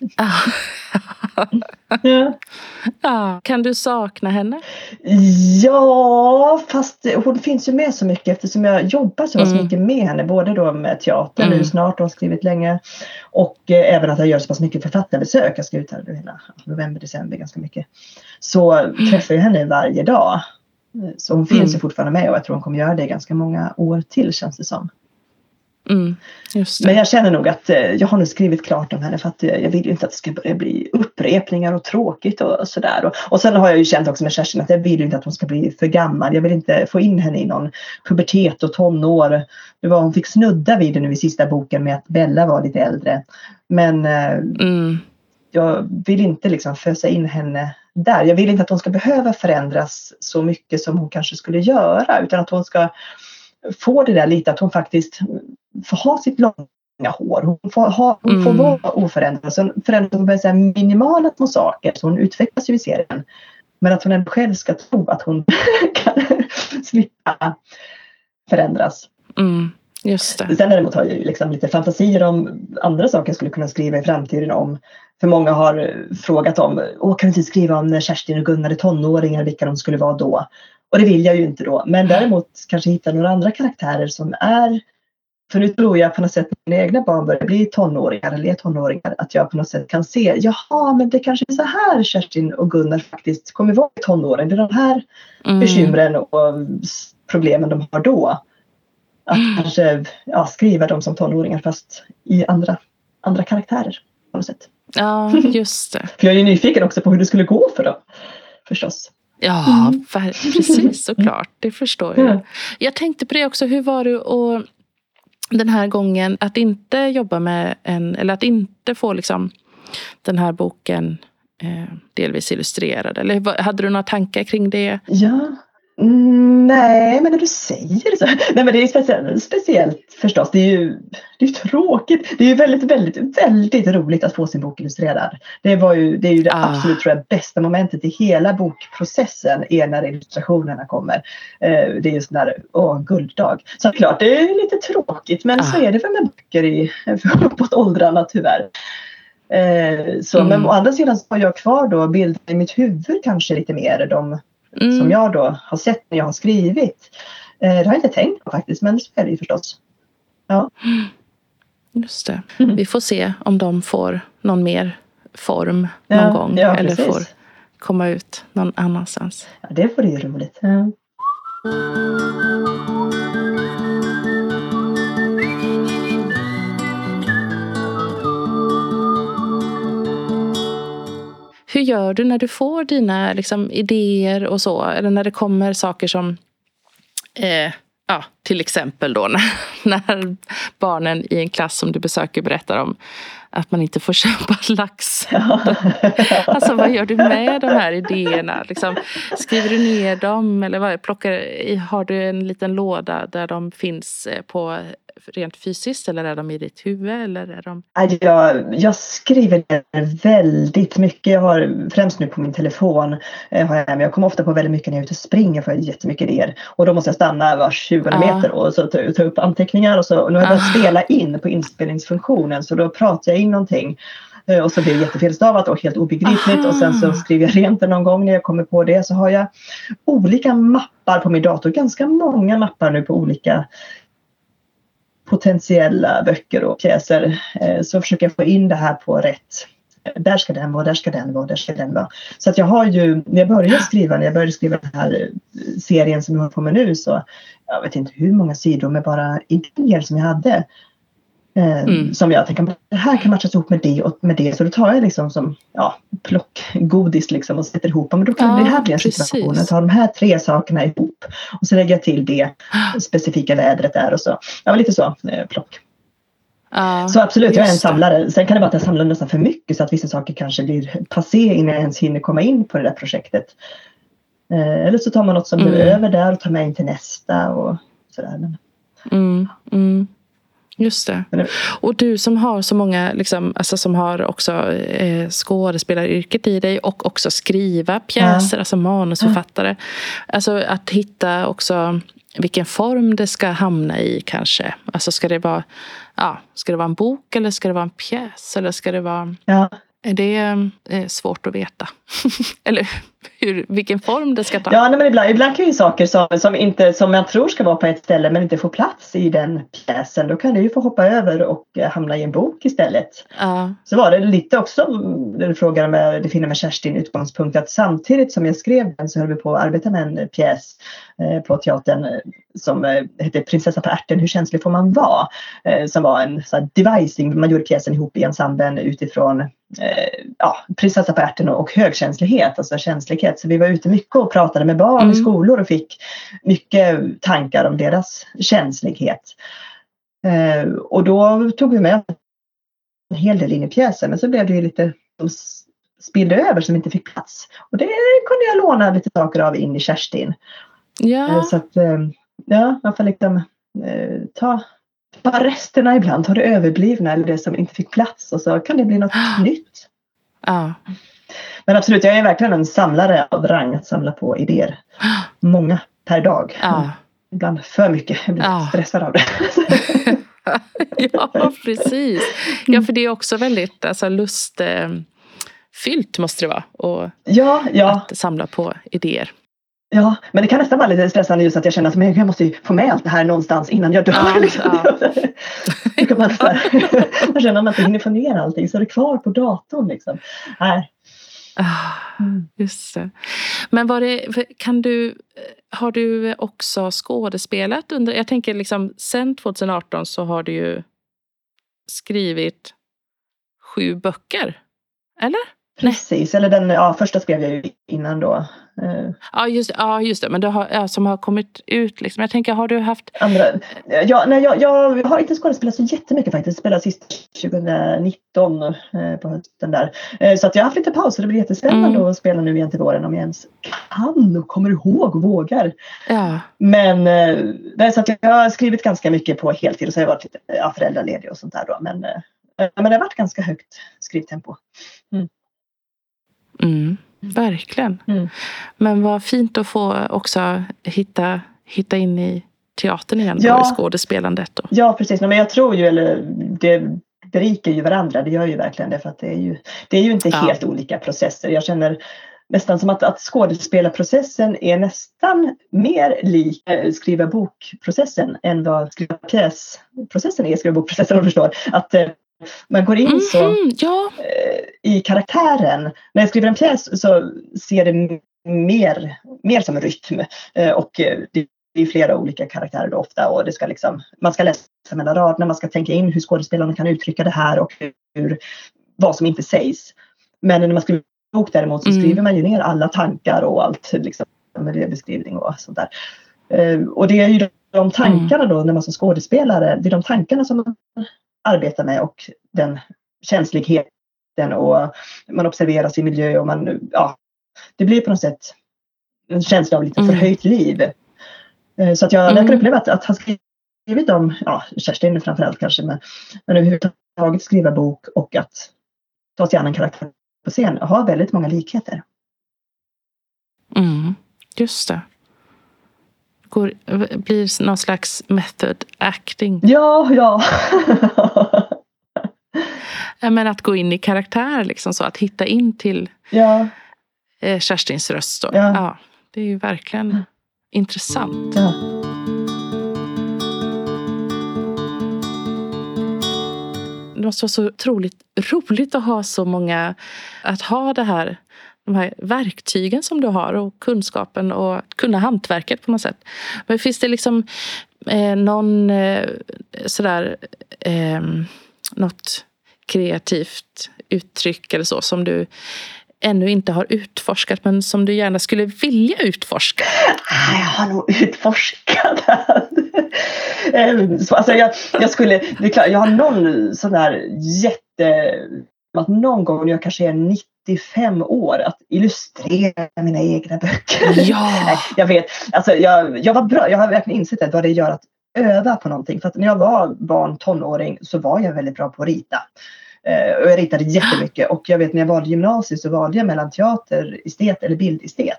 Ja. Kan du sakna henne? Ja, fast hon finns ju med så mycket eftersom jag jobbar så mycket med henne. Både då med teater nu snart, hon har skrivit länge. Och även att jag gör så pass mycket författarbesök. Jag ska ut här hela november, december ganska mycket. Så träffar jag henne varje dag. Så hon finns ju fortfarande med och jag tror hon kommer göra det ganska många år till känns det som. Just det. Men jag känner nog att jag har nu skrivit klart om henne för att jag vill ju inte att det ska börja bli upprepningar och tråkigt och sådär. Och sen har jag ju känt också med Kerstin att jag vill ju inte att hon ska bli för gammal. Jag vill inte få in henne i någon pubertet och tonår. Hon fick snudda vid det nu i sista boken med att Bella var lite äldre. Men jag vill inte liksom fösa in henne där. Jag vill inte att hon ska behöva förändras så mycket som hon kanske skulle göra. Utan att hon ska få det där lite att hon faktiskt får ha sitt långa hår. Hon får vara oförändrad. Sen förändras hon med minimala små saker. Så hon utvecklas ju i serien. Men att hon ändå själv ska tro att hon kan slippa förändras. Just det. Sen däremot har jag ju liksom lite fantasier om andra saker jag skulle kunna skriva i framtiden om. För många har frågat om, kan du inte skriva om när Kerstin och Gunnar är tonåringar, vilka de skulle vara då? Och det vill jag ju inte då. Men däremot kanske hitta några andra karaktärer som är, för nu tror jag på något sätt när mina egna barn börjar bli tonåringar eller är tonåringar, att jag på något sätt kan se, jaha men det kanske är så här Kerstin och Gunnar faktiskt kommer vara tonåringar. Det är de här bekymren och problemen de har då. Att kanske skriva dem som tonåringar fast i andra karaktärer på något sätt. Ja, just det. För jag är ju nyfiken också på hur det skulle gå för dem, förstås. Ja, precis, såklart. Det förstår jag. Jag tänkte på det också, hur var det och den här gången att inte jobba med eller att inte få liksom den här boken delvis illustrerad? Eller hade du några tankar kring det? Ja, Nej, men när du säger så. Nej, men det är speciellt förstås. Det är ju tråkigt. Det är ju väldigt, väldigt, väldigt roligt att få sin bok illustrerad. Det är ju det absolut, tror jag, bästa momentet i hela bokprocessen är när illustrationerna kommer. Det är ju sån där gulddag. Så klart, det är lite tråkigt, men så är det för med böcker uppåt åldrarna, tyvärr. Men å andra sidan så har jag kvar då bilder i mitt huvud, kanske lite mer som jag då har sett när jag har skrivit. Det har jag inte tänkt på faktiskt, men så är det ju förstås. Ja. Just det. Vi får se om de får någon mer form någon gång. Eller precis. Får komma ut någon annanstans. Ja, det vore ju roligt. Ja. Hur gör du när du får dina liksom, idéer och så? Eller när det kommer saker som till exempel då när barnen i en klass som du besöker berättar om att man inte får köpa lax. Alltså vad gör du med de här idéerna? Liksom, skriver du ner dem eller har du en liten låda där de finns på rent fysiskt, eller är de i ditt huvud, eller är de... Jag skriver väldigt mycket. Jag har främst nu på min telefon, men jag kommer ofta på väldigt mycket när jag är ute och springer, för jag har jättemycket idéer. Och då måste jag stanna var 20 meter och så ta upp anteckningar, och så nu har jag börjat spela in på inspelningsfunktionen, så då pratar jag in någonting. Och så blir det jättefelstavat och helt obegripligt. Och sen så skriver jag rent någon gång när jag kommer på det. Så har jag olika mappar på min dator. Ganska många mappar nu på olika potentiella böcker och pjäser. Så försöker jag få in det här på rätt. Där ska den vara, där ska den vara, där ska den vara. Så att jag har ju, när jag började skriva den här serien som jag har på mig nu, så jag vet inte hur många sidor med bara idéer som jag hade. Som jag tänker, det här kan matchas ihop med det och med det. Så då tar jag liksom som plockgodis liksom och sätter ihop. Men då kan det här bli en situation. Jag tar de här 3 sakerna ihop. Och så lägger jag till det specifika vädret där och så. Ja, lite så plock. Så absolut, jag är en samlare. Sen kan det vara att jag samlar nästan för mycket, så att vissa saker kanske blir passé innan jag ens hinner komma in på det där projektet. Eller så tar man något som blir över där och tar med in till nästa och sådär. Just det. Och du som har så många, liksom, alltså som har också skådespelaryrket i dig och också skriva pjäser, alltså manusförfattare. Alltså att hitta också vilken form det ska hamna i kanske. Alltså ska det vara en bok, eller ska det vara en pjäs, eller ska det vara... Är det svårt att veta? Eller vilken form det ska ta? Ja, men ibland kan ju saker som jag tror ska vara på ett ställe men inte får plats i den pjäsen. Då kan det ju få hoppa över och hamna i en bok istället. Så var det lite också, du frågade med det fina med Kerstin, utgångspunkt att samtidigt som jag skrev den så höll vi på att arbeta med en pjäs på teatern som hette Prinsessa på ärten, hur känslig får man vara? Som var en sån här devising, man gjorde pjäsen ihop i ensemblen utifrån prinsessa på ärten och högkänslighet, alltså känslighet. Så vi var ute mycket och pratade med barn i skolor och fick mycket tankar om deras känslighet. Och då tog vi med en hel del in i pjäsen, men så blev det ju lite spillde över som inte fick plats. Och det kunde jag låna lite saker av in i Kerstin. Så att man får liksom ta resterna ibland, ta det överblivna eller det som inte fick plats, och så kan det bli något nytt. Men absolut, jag är verkligen en samlare av rang, att samla på idéer. Många per dag. Ibland för mycket. Jag blir stressad av det. Ja, precis. Ja, för det är också väldigt lustfyllt måste det vara. Och att samla på idéer. Ja, men det kan nästan vara lite stressande just att jag känner att jag måste få med allt det här någonstans innan jag dör. Man känner att man inte hinner få ner allting, så är det kvar på datorn liksom. Just det. Men har du också skådespelat under, jag tänker liksom sen 2018 så har du ju skrivit 7 böcker, eller? Precis, eller första skrev jag ju innan då Ja, just det. Men det har, som har kommit ut liksom. Jag tänker, har du haft... Andra? Jag har inte skådespelat så jättemycket faktiskt. Spelade sist 2019 på hösten där. Så att jag har haft lite paus. Det blir jättespännande att spela nu igen till våren om jag ens kan och kommer ihåg och vågar. Ja. Men det är så att jag har skrivit ganska mycket på heltid och så har jag varit lite föräldraledig och sånt där då. Men det har varit ganska högt skrivtempo. Verkligen. Men vad fint att få också hitta in i teatern igen då, i skådespelandet då. Ja, precis. Men jag tror ju, det berikar ju varandra. Det gör ju verkligen det, för att det är ju inte helt olika processer. Jag känner nästan som att skådespelarprocessen är nästan mer lik skriva bokprocessen än vad skriva pjäsprocessen är. Skriva bokprocessen, om du förstår. Att man går in i karaktären. När jag skriver en pjäs så ser det mer som en rytm. Och det är flera olika karaktärer då ofta. Och det ska man ska läsa mellan raderna. Man ska tänka in hur skådespelarna kan uttrycka det här. Och vad som inte sägs. Men när man skriver en bok däremot så skriver man ju ner alla tankar och allt. Med beskrivning och sånt där. Och det är ju de tankarna då när man som skådespelare. Det är de tankarna som man arbetar med och den känsligheten och man observerar sin miljö och det blir på något sätt en känsla av lite förhöjt liv. Så att jag kan uppleva att han skrivit om Kerstin framförallt kanske, men överhuvudtaget skriva bok och att ta sig an en karaktär på scen har väldigt många likheter. Just det. Blir någon slags method acting. Ja. Men att gå in i karaktär liksom, så att hitta in till Kerstins röst då. Ja, det är ju verkligen intressant. Ja. Det måste vara så otroligt roligt att ha så många, att ha de här verktygen som du har och kunskapen och kunna hantverket på något sätt. Men finns det liksom någon något kreativt uttryck eller så som du ännu inte har utforskat men som du gärna skulle vilja utforska? Jag har nog utforskat alltså jag har någon sån där att någon gång när jag kanske är 95 år att illustrera mina egna böcker. Ja. Jag vet, alltså jag var bra, jag har verkligen insett vad det gör att öva på någonting. För att när jag var barn, tonåring så var jag väldigt bra på att rita. Och jag ritade jättemycket. Och jag vet när jag valde gymnasiet så valde jag mellan teater, estet eller bildestet.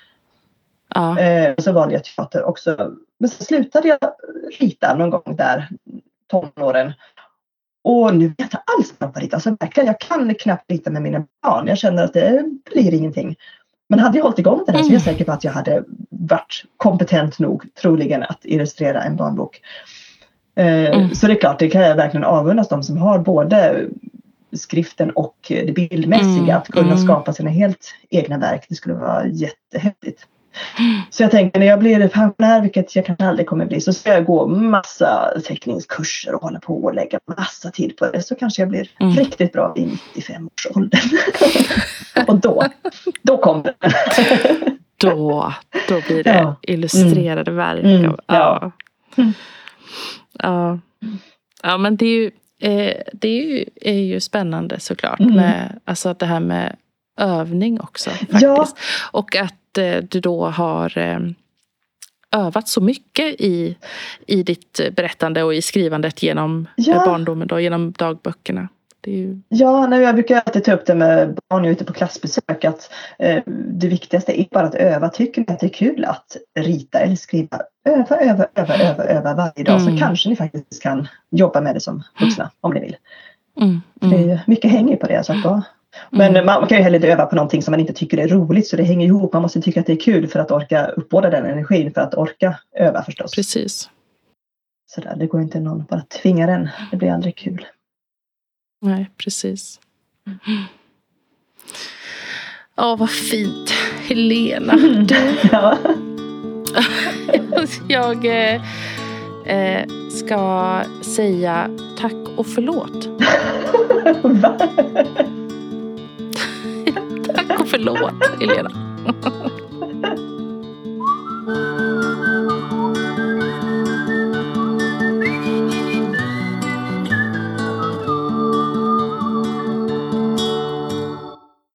Så valde jag teater också. Men så slutade jag rita någon gång där, tonåren. Och nu vet jag inte alls bra på att rita. Alltså verkligen, jag kan knappt rita med mina barn. Jag känner att det blir ingenting. Men hade jag hållit igång det här så är jag säker på att jag hade varit kompetent nog, troligen, att illustrera en barnbok. Så det är klart, det kan jag verkligen avundas de som har både skriften och det bildmässiga. Att kunna skapa sina helt egna verk. Det skulle vara jättehäftigt. Så jag tänker, när jag blir pensionär, vilket jag kanske aldrig kommer bli, så ska jag gå massa teckningskurser och hålla på och lägga massa tid på det. Så kanske jag blir riktigt bra i 95-årsåldern. Och då kommer det. Då blir det illustrerade verk. Ja, men det är ju spännande såklart. Med, alltså det här med övning också faktiskt. Ja. Och att du då har övat så mycket i ditt berättande och i skrivandet genom barndomen då, genom dagböckerna. Det är ju... Ja, jag brukar alltid ta upp det med barn ute på klassbesök att det viktigaste är bara att öva. Tycker ni att det är kul att rita eller skriva? Öva varje dag, så kanske ni faktiskt kan jobba med det som vuxna om ni vill. Det är mycket hänger på det, så att men man kan ju heller öva på någonting som man inte tycker är roligt, så det hänger ihop. Man måste tycka att det är kul för att orka uppbåda den energin, för att orka öva förstås. Precis. Så där, det går inte någon bara tvinga den. Det blir aldrig kul. Nej, precis. Vad fint. Helena. Ja. Jag ska säga tack och förlåt. Va? Tack och förlåt, Helena.